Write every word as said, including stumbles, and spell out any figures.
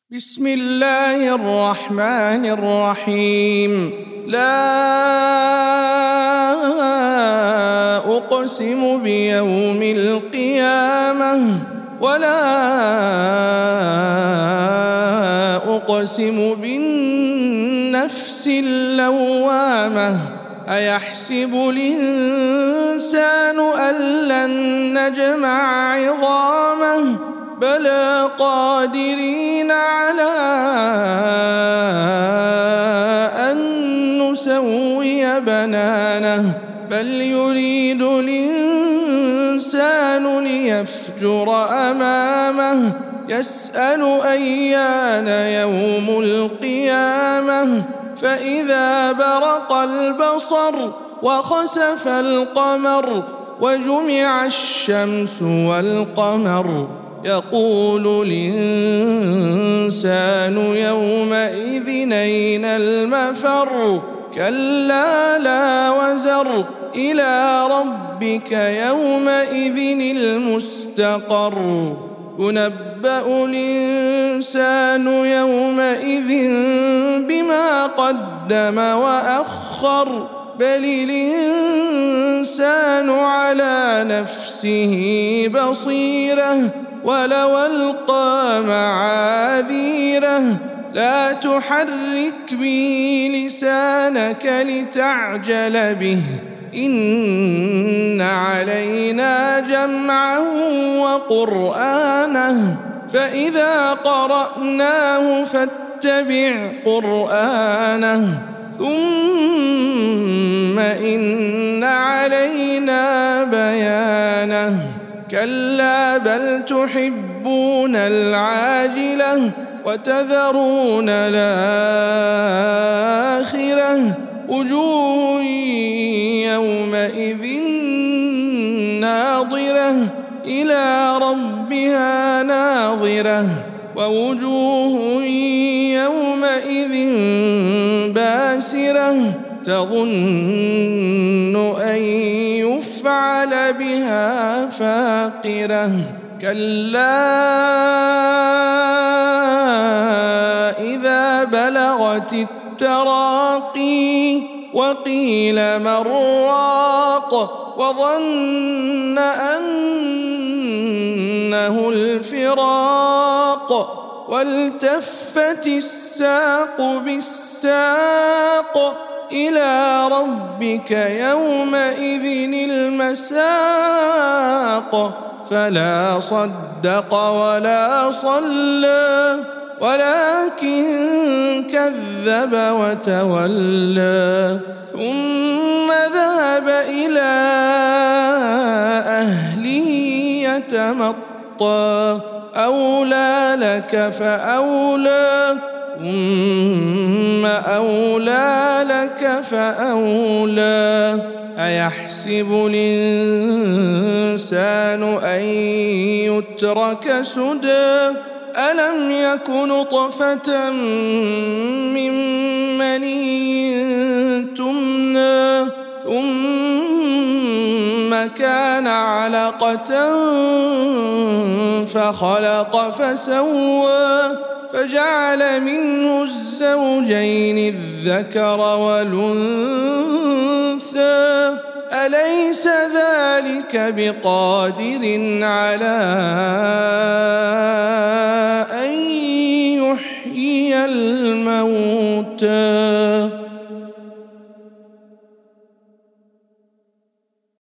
بسم الله الرحمن الرحيم. لا أقسم بيوم القيامة ولا أقسم بالنفس اللوامة أيحسب الإنسان أن لن نجمع عظامه بلى قادرين على أن نسوي بنانه بل يريد الإنسان ليفجر أمامه يسأل أيان يوم القيامة فإذا برق البصر وخسف القمر وجمع الشمس والقمر يقول الإنسان يومئذ أين المفر كلا لا وزر إلى ربك يومئذ المستقر ينبأ الإنسان يومئذ بما قدم وأخر بل الإنسان على نفسه بصيرة ولو ألقى معاذيره لا تحرك به لسانك لتعجل به إن علينا جمعه وقرآنه فإذا قرأناه فاتبع قرآنه ثم إن علينا بيانه كلا بل تحبون العاجلة وتذرون الآخرة وجوه يومئذ ناظرة إلى ربها ناظرة ووجوه يومئذ باسرة تظن أن يفعل بها فاقرة كلا إذا بلغت التراقي وقيل من راق وظن أنه الفراق والتفت الساق بالساق إلى ربك يومئذ المساق فلا صدق ولا صلى ولكن كذب وتولى ثم ذهب إلى أهله يتمطى أولى لك فأولى ثم أولى لك فأولى أيحسب الإنسان أن يترك سدى ألم يك نطفة من مني تمنى ثم كان علقة فخلق فسوى فجعل منه الزوجين الذكر والأنثى أليس ذلك بقادر على أن يحيي الموتى